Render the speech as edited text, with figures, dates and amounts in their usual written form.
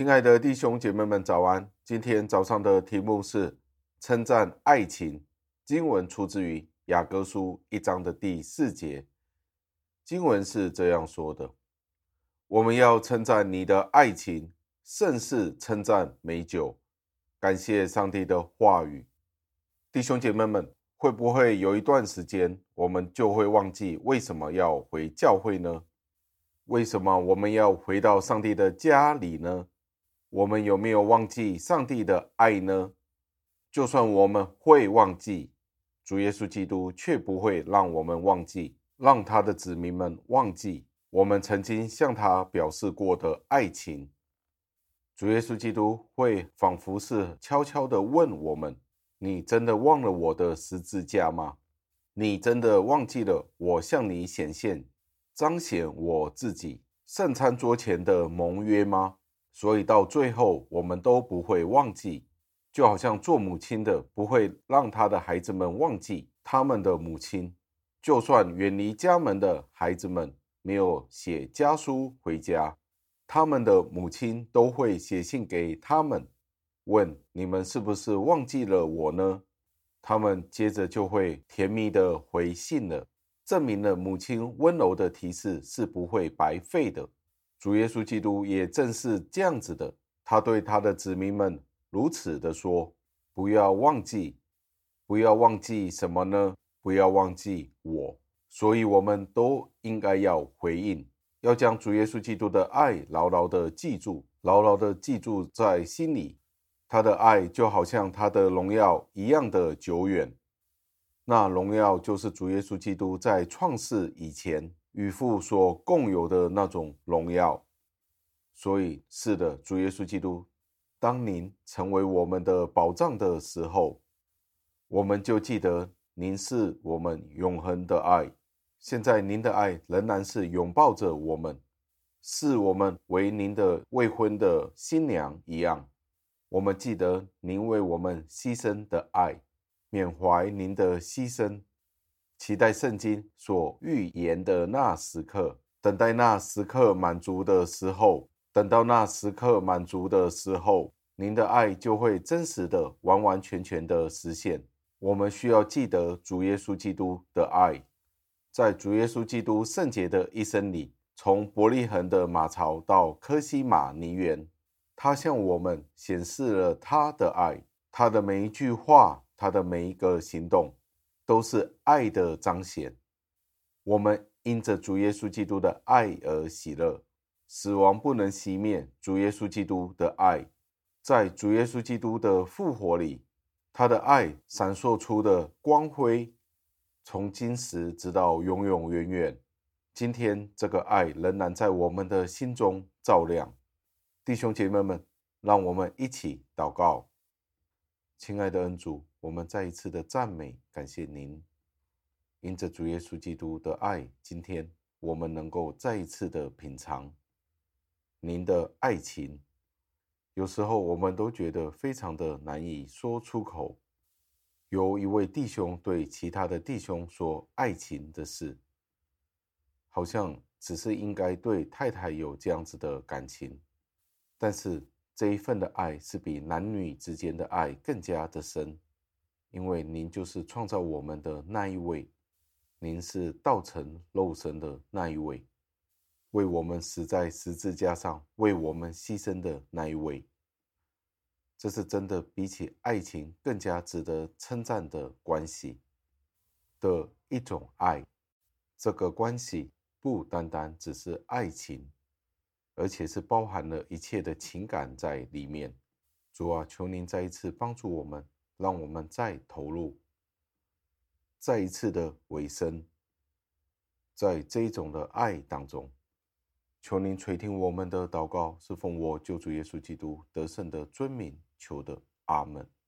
亲爱的弟兄姐妹们，早安！今天早上的题目是称赞爱情。经文出自于雅各书1章的第4节。经文是这样说的：我们要称赞你的爱情，胜似称赞美酒。感谢上帝的话语。弟兄姐妹们，会不会有一段时间，我们就会忘记为什么要回教会呢？为什么我们要回到上帝的家里呢？我们有没有忘记上帝的爱呢？就算我们会忘记，主耶稣基督却不会让我们忘记，让他的子民们忘记我们曾经向他表示过的爱情。主耶稣基督会仿佛是悄悄地问我们：你真的忘了我的十字架吗？你真的忘记了我向你显现，彰显我自己圣餐桌前的盟约吗？所以到最后我们都不会忘记，就好像做母亲的不会让他的孩子们忘记他们的母亲，就算远离家门的孩子们没有写家书回家，他们的母亲都会写信给他们，问你们是不是忘记了我呢？他们接着就会甜蜜的回信了，证明了母亲温柔的提示是不会白费的。主耶稣基督也正是这样子的，他对他的子民们如此的说：不要忘记，不要忘记什么呢？不要忘记我。所以我们都应该要回应，要将主耶稣基督的爱牢牢的记住，牢牢的记住在心里。他的爱就好像他的荣耀一样的久远，那荣耀就是主耶稣基督在创世以前与父所共有的那种荣耀。所以是的，主耶稣基督，当您成为我们的宝藏的时候，我们就记得您是我们永恒的爱。现在您的爱仍然是拥抱着我们，视我们为您的未婚的新娘一样。我们记得您为我们牺牲的爱，缅怀您的牺牲，期待圣经所预言的那时刻，等待那时刻满足的时候，等到那时刻满足的时候，您的爱就会真实的完完全全的实现。我们需要记得主耶稣基督的爱，在主耶稣基督圣洁的一生里，从伯利恒的马槽到科西玛尼园，他向我们显示了他的爱，他的每一句话，他的每一个行动，都是爱的彰显。我们因着主耶稣基督的爱而喜乐，死亡不能熄灭主耶稣基督的爱。在主耶稣基督的复活里，他的爱闪烁出的光辉，从今时直到永永远远。今天这个爱仍然在我们的心中照亮。弟兄姐妹们，让我们一起祷告。亲爱的恩主，我们再一次的赞美感谢您，因着主耶稣基督的爱，今天我们能够再一次的品尝您的爱情。有时候我们都觉得非常的难以说出口，有一位弟兄对其他的弟兄说爱情的事，好像只是应该对太太有这样子的感情，但是这一份的爱是比男女之间的爱更加的深，因为您就是创造我们的那一位，您是道成肉身的那一位，为我们死在十字架上，为我们牺牲的那一位。这是真的比起爱情更加值得称赞的关系的一种爱。这个关系不单单只是爱情，而且是包含了一切的情感在里面。主啊，求您再一次帮助我们，让我们再投入，再一次的委身在这一种的爱当中。求您垂听我们的祷告，是奉我救主耶稣基督得胜的尊名求的，阿们。